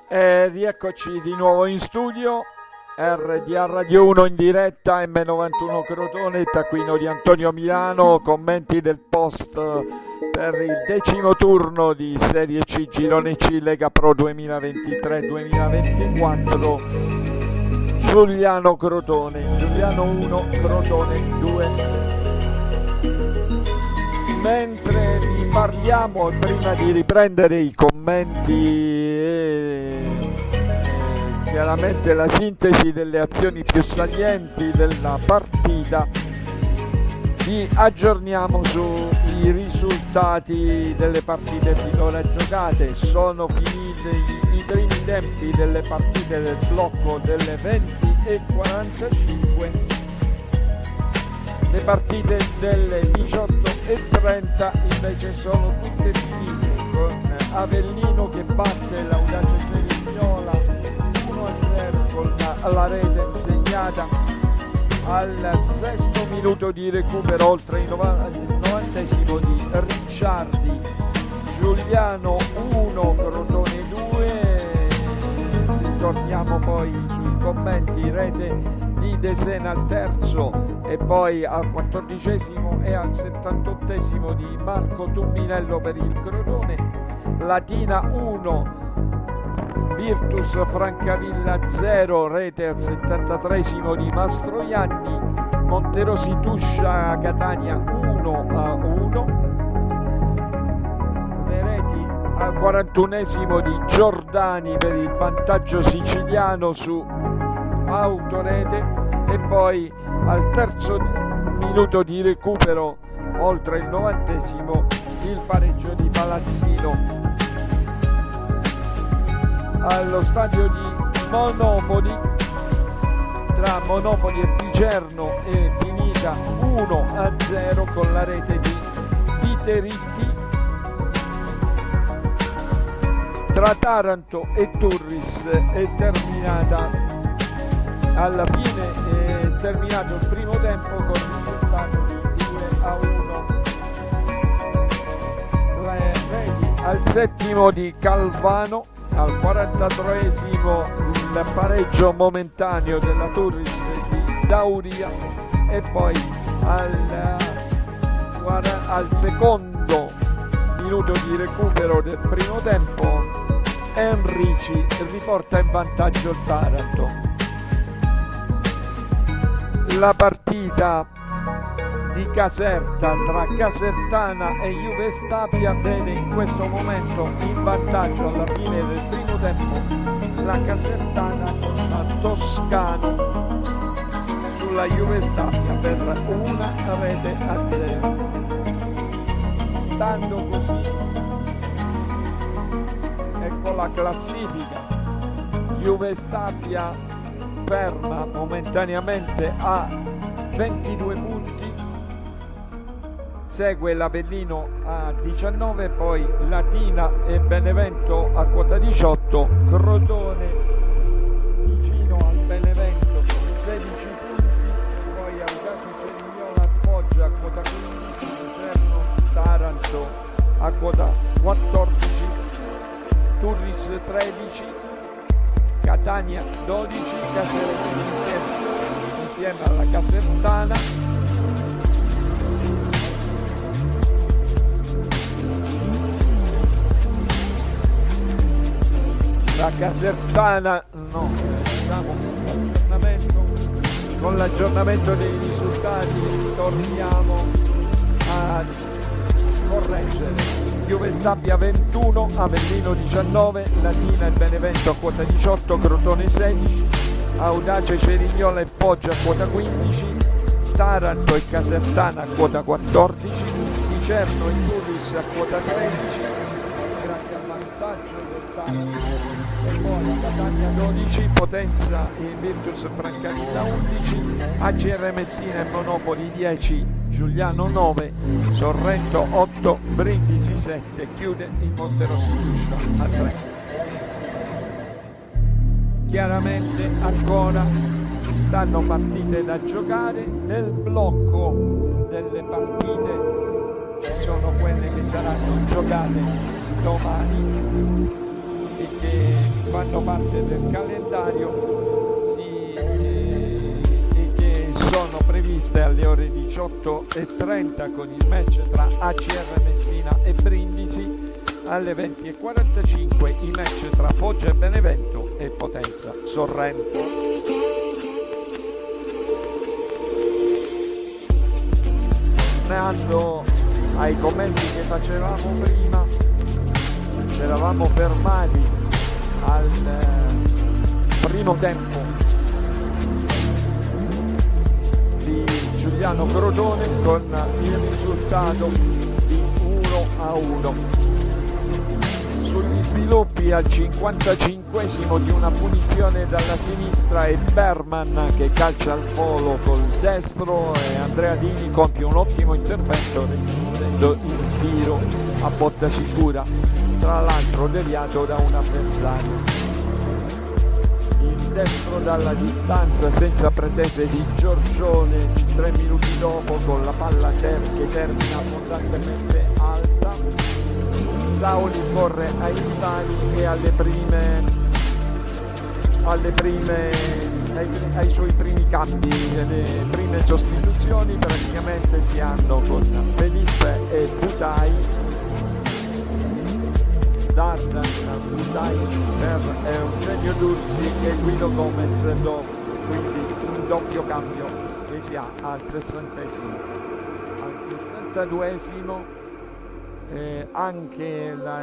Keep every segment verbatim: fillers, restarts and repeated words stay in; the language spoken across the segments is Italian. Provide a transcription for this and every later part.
E rieccoci di nuovo in studio. R D A Radio uno in diretta, M novantuno Crotone, taccuino di Antonio Milano, commenti del post per il decimo turno di Serie C Girone C Lega Pro duemilaventitré duemilaventiquattro. Giuliano Crotone, Giuliano uno, Crotone due. Mentre vi parliamo, prima di riprendere i commenti e chiaramente la sintesi delle azioni più salienti della partita, vi aggiorniamo sui risultati delle partite finora giocate. Sono finiti i primi tempi delle partite del blocco delle venti e quarantacinque. Le partite delle diciotto e trenta invece sono tutte finite, con Avellino che batte l'Audace Cerignola uno a zero con la, la rete segnata al sesto minuto di recupero, oltre il novantesimo di Ricciardi. Giuliano uno, Crotone due. Torniamo poi sui commenti. Rete di De Sena al terzo e poi al quattordicesimo e al settantottesimo di Marco Tumminello per il Crotone. Latina uno, Virtus Francavilla zero, rete al settantatreesimo di Mastroianni. Monterosi Tuscia Catania uno a uno. Le reti al quarantunesimo di Giordani per il vantaggio siciliano su Autorete e poi al terzo minuto di recupero, oltre il novantesimo, il pareggio di Palazzino. Allo stadio di Monopoli, tra Monopoli e Picerno, è finita uno a zero con la rete di Viteritti. Tra Taranto e Turris è terminata alla fine è terminato il primo tempo con il risultato di due a uno. Le reti al settimo di Calvano, al quarantatreesimo il pareggio momentaneo della Turris di Dauria e poi al, al secondo minuto di recupero del primo tempo Enrici riporta in vantaggio il Taranto. La partita di Caserta tra Casertana e Juve Stabia vede in questo momento in vantaggio alla fine del primo tempo la Casertana con la Toscano sulla Juve Stabia per una rete a zero. Stando così, ecco la classifica. Juve Stabia ferma momentaneamente a ventidue punti, segue l'Avellino a diciannove, poi Latina e Benevento a quota diciotto, Crotone vicino al Benevento con sedici punti, poi Audace Cerignola a Foggia a quota quindici, Lucerno Taranto a quota quattordici, Turris tredici, Catania dodici, Caserta insieme, insieme alla Casertana. La Casertana no, diciamo l'aggiornamento, con l'aggiornamento dei risultati torniamo a correggere. Juve Stabia ventuno, Avellino diciannove, Latina e Benevento a quota diciotto, Crotone sedici, Audace Cerignola e Foggia a quota quindici, Taranto e Casertana a quota quattordici, Picerno e Turris a quota tredici, grazie al vantaggio del Taranto, e poi Catania dodici, Potenza e Virtus Francavilla undici, A C R Messina e Monopoli dieci, Giuliano nove, Sorrento otto, Brindisi sette, chiude il Monterosi Tuscia a tre. Chiaramente ancora ci stanno partite da giocare. Nel blocco delle partite ci sono quelle che saranno giocate domani. cambi che fanno parte del calendario si, eh, e che sono previste alle ore diciotto e trenta con il match tra A C R Messina e Brindisi, alle venti e quarantacinque i match tra Foggia e Benevento e Potenza Sorrento. Tornando ai commenti che facevamo prima, ci eravamo fermati al eh, primo tempo di Giuliano Crotone con il risultato di uno a uno. Sugli sviluppi al cinquantacinquesimo di una punizione dalla sinistra e Berman che calcia al volo col destro e Andrea Dini compie un ottimo intervento respingendo il tiro a botta sicura, tra l'altro deviato da un avversario. Il destro dalla distanza senza pretese di Giorgione tre minuti dopo con la palla ter- che termina abbondantemente alta. Zauli corre ai rivali e alle prime, alle prime ai, ai suoi primi cambi, le prime sostituzioni praticamente si hanno con Felipe e Butai, Dardan, Butai per Eugenio Dursi e Guido Gomez dopo, quindi un doppio cambio che si ha al sessantesimo. Al sessantaduesimo Eh, anche la,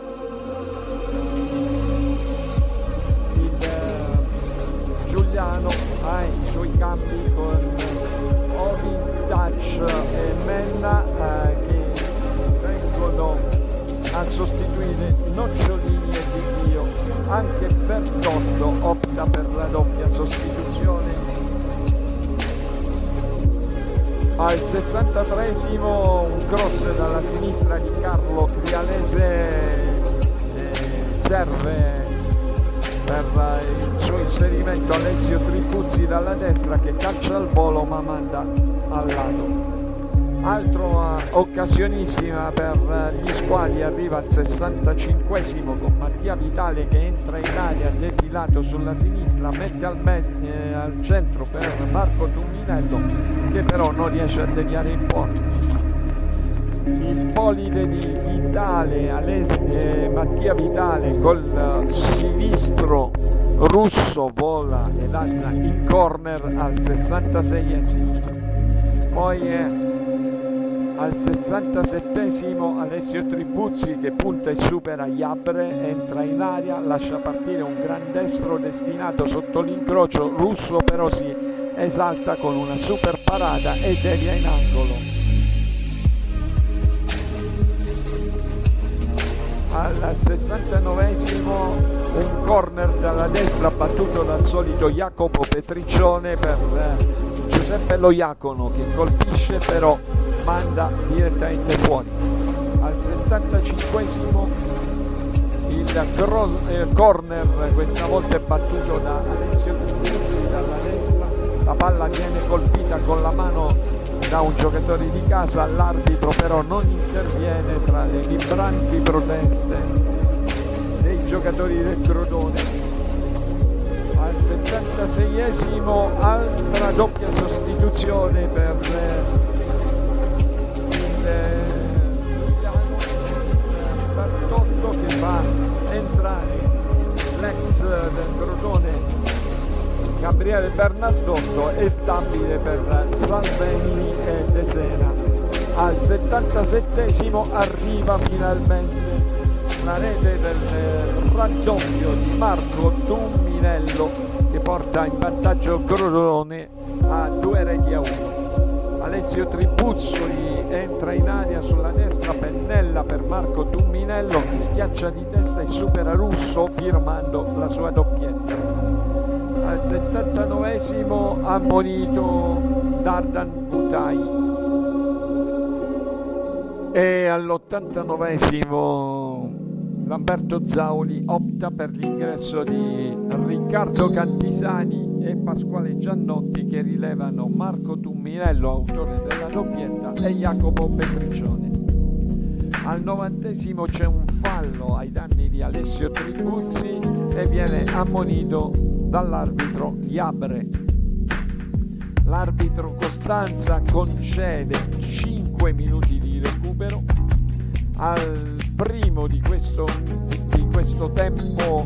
il eh, Giuliano ha i suoi cambi con Ovistac e Menna eh, che vengono a sostituire Nocciolini e Di Dio. Anche Bertotto opta per la doppia sostituzione. Al sessantatreesimo un cross dalla sinistra di Carlo Crialese eh, serve per il suo inserimento Alessio Tripuzzi dalla destra che calcia al volo ma manda al lato. Altra occasionissima per gli squali arriva al sessantacinquesimo con Mattia Vitale che entra in area defilato sulla sinistra, mette al, me- eh, al centro per Marco Tumminello che però non riesce a deviare il porto. Il polide di Vitale, Aless- eh, Mattia Vitale col sinistro russo vola ed alza in corner al sessantaseiesimo. Poi eh, al sessantasettesimo Alessio Tribuzzi che punta e supera Iabre, entra in aria, lascia partire un gran destro destinato sotto l'incrocio, Russo però si esalta con una super parata e devia in angolo. Al sessantanovesimo un corner dalla destra battuto dal solito Jacopo Petriccione per Giuseppe Loiacono che colpisce però manda direttamente fuori. Al settantacinquesimo il cross, eh, corner questa volta è battuto da Alessio Tribuzzi dalla destra, la palla viene colpita con la mano da un giocatore di casa, l'arbitro però non interviene tra le vibranti proteste dei giocatori del Crotone. Al settantaseiesimo altra doppia sostituzione per eh, Bertotto che fa entrare l'ex del Crotone Gabriele Bernardotto e stabile per Salvini e De Sena. Al settantasettesimo arriva finalmente la rete del raddoppio di Marco Tumminello che porta in vantaggio il Crotone a due reti a uno. Alessio Tribuzzoli entra in aria sulla destra, pennella per Marco Tumminello che schiaccia di testa e supera Russo firmando la sua doppietta. Al settantanovesimo ammonito Dardan Butai e all'ottantanovesimo Lamberto Zauli opta per l'ingresso di Riccardo Cantisani e Pasquale Giannotti che rilevano Marco Tumminello, autore della doppietta, e Jacopo Petriccione. Al novantesimo c'è un fallo ai danni di Alessio Tribuzzi e viene ammonito dall'arbitro Iabre. L'arbitro Costanza concede cinque minuti di recupero. Al primo di questo, di questo tempo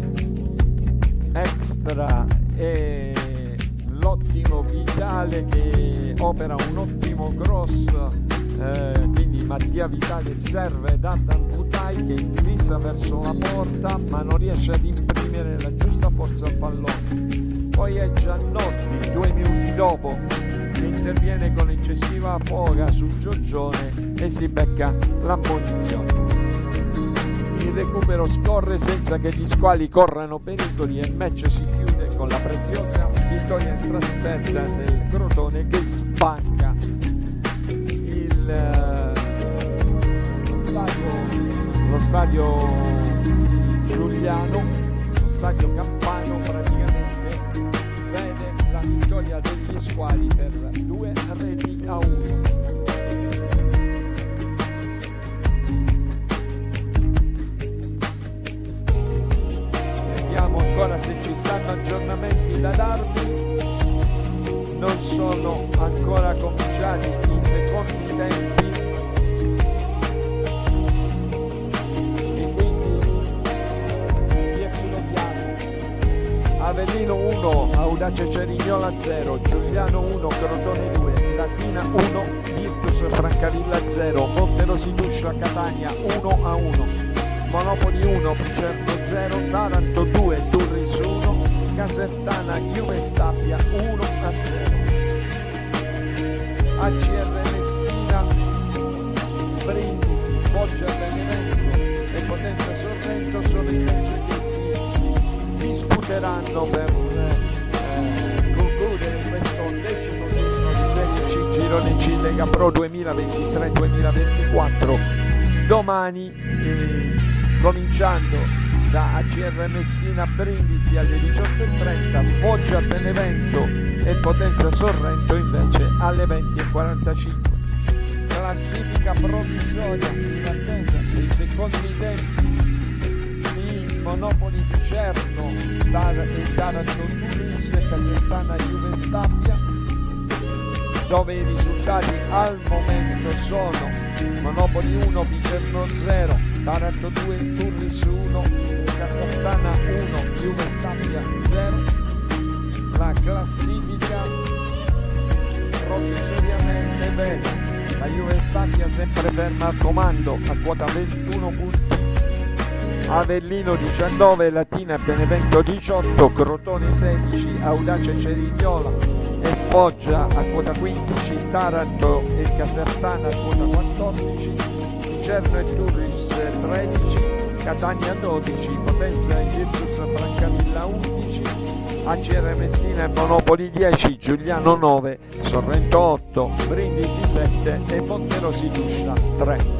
extra e l'ottimo Vitale che opera un ottimo cross, eh, quindi Mattia Vitale serve Dardan Butai che indirizza verso la porta ma non riesce ad imprimere la giusta forza al pallone. Poi è Giannotti due minuti dopo che interviene con eccessiva foga sul Giorgione e si becca l'ammonizione. Il recupero scorre senza che gli squali corrano pericoli e il match si chiude con la preziosa vittoria in trasferta del Crotone che spacca il, lo, stadio, lo stadio di Giuliano, lo stadio Campano praticamente vede la vittoria degli squali per due reti a uno. Vediamo ancora se ci stanno aggiornamenti da darvi. Non sono ancora cominciati i secondi tempi e quindi riepiloghiamo. Avellino uno, Audace Cerignola zero, Giuliano uno, Crotone due, Latina uno, Virtus Francavilla zero, Monterosi Tuscia Catania uno a uno, Monopoli uno, Picerno zero, Taranto due, Turris uno, Casertana Juve Stabia uno a zero. A C R Messina, Brindisi, Foggia Benevento e Potenza Sorrento sono invece che si disputeranno per eh, concludere questo decimo turno di Serie C Girone C Lega Pro duemilaventitré duemilaventiquattro domani, eh, cominciando da A C R Messina Brindisi alle diciotto e trenta, Foggia Benevento e Potenza Sorrento invece alle venti e quarantacinque. Classifica provvisoria in attesa dei secondi tempi di Monopoli Picerno e Taranto Turris e Casertana Juve Stabia, dove i risultati al momento sono Monopoli uno, Picerno zero, Taranto due, Turris uno, Casertana uno, Juve Stabia zero. La classifica provvisoriamente bene, la Juve Stabia sempre ferma al comando a quota ventuno punti, Avellino diciannove, Latina e Benevento diciotto, Crotone sedici, Audace Cerignola e Foggia a quota quindici, Taranto e Casertana a quota quattordici, Picerno e Turris tredici, Catania dodici, Potenza e Virtus Francavilla undici, A C R Messina e Monopoli dieci, Giuliano nove, Sorrento otto, Brindisi sette e Monterosi Tuscia tre.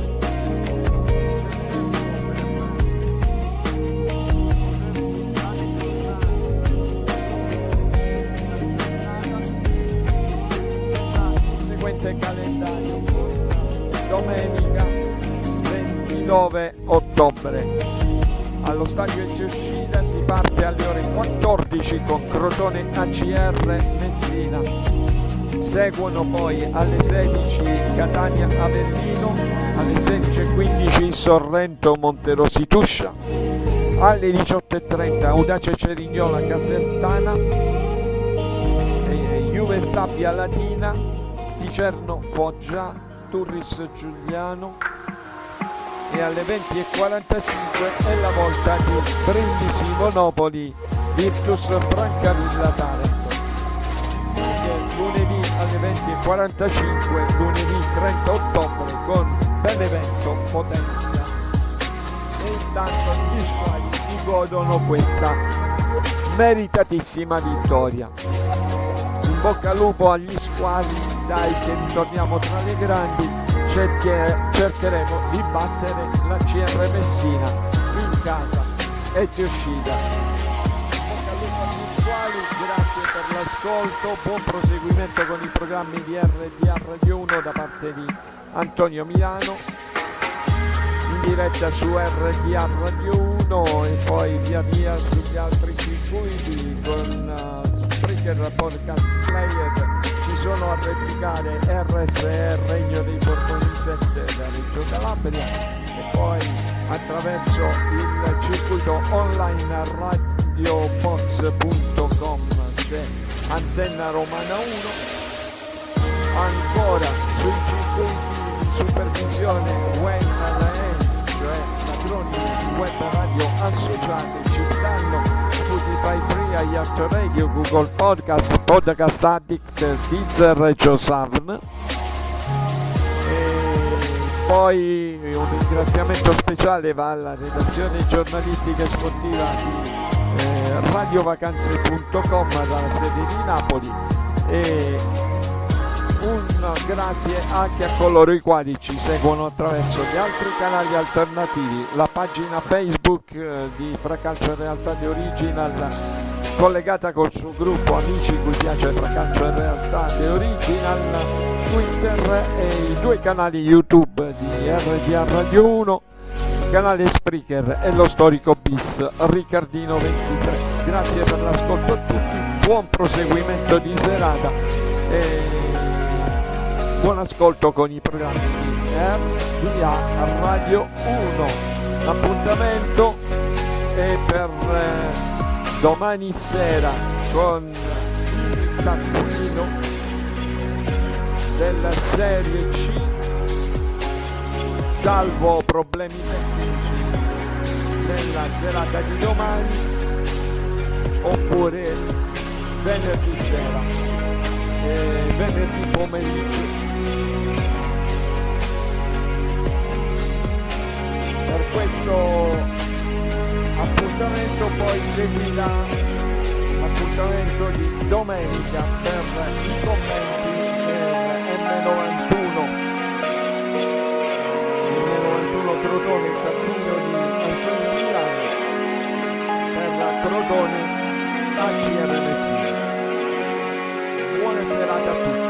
Seguente calendario: domenica ventinove ottobre. Allo stadio Ezio Scida si parte alle ore quattordici con Crotone A C R Messina. Seguono poi alle sedici Catania Avellino, alle sedici e quindici Sorrento Monterosi Tuscia, alle diciotto e trenta Audace Cerignola Casertana, e Juve Stabia Latina, Picerno Foggia, Turris Giuliano, e alle venti e quarantacinque è la volta di Brindisi Monopoli Virtus Francavilla Taranto. E lunedì alle venti e quarantacinque, lunedì trenta ottobre, con Benevento Potenza. E intanto gli squali si godono questa meritatissima vittoria. In bocca al lupo agli squali, dai che ritorniamo tra le grandi. Cercheremo di battere la C R Messina in casa Ezio Scida. Grazie per l'ascolto, buon proseguimento con i programmi di R D A Radio uno da parte di Antonio Milano. In diretta su R D A Radio uno e poi via via sugli altri circuiti con uh, Spreaker Podcast Player. Ci sono a replicare R S E Regno dei Borboni sette da Reggio Calabria e poi attraverso il circuito online radiobox punto com c'è Antenna Romana uno. Ancora sui circuiti di supervisione W E N, cioè ladroni di web radio associati, ci stanno Spotify Free, iHeart Radio, Google Podcast, Podcast Addict, Deezer e JioSaavn. E poi un ringraziamento speciale va alla redazione giornalistica e sportiva di eh, radiovacanze punto com dalla sede di Napoli e un grazie anche a coloro i quali ci seguono attraverso gli altri canali alternativi, la pagina Facebook eh, di Fracalcio in Realtà The Original collegata col suo gruppo Amici cui piace Fracalcio in Realtà The Original, Twitter e i due canali YouTube di R D A Radio uno, il canale Spreaker e lo storico bis Riccardino ventitré. Grazie per l'ascolto a tutti, buon proseguimento di serata e buon ascolto con i programmi di R D A Radio uno. L'appuntamento è per eh, domani sera con il taccuino della serie C, salvo problemi tecnici nella serata di domani, oppure venerdì sera e venerdì pomeriggio. Per questo appuntamento poi seguirà l'appuntamento di domenica per i commenti del M novantuno M novantuno Crotone, il taccuino di Antonio Milano per Crotone A C R M S. Buona serata a tutti.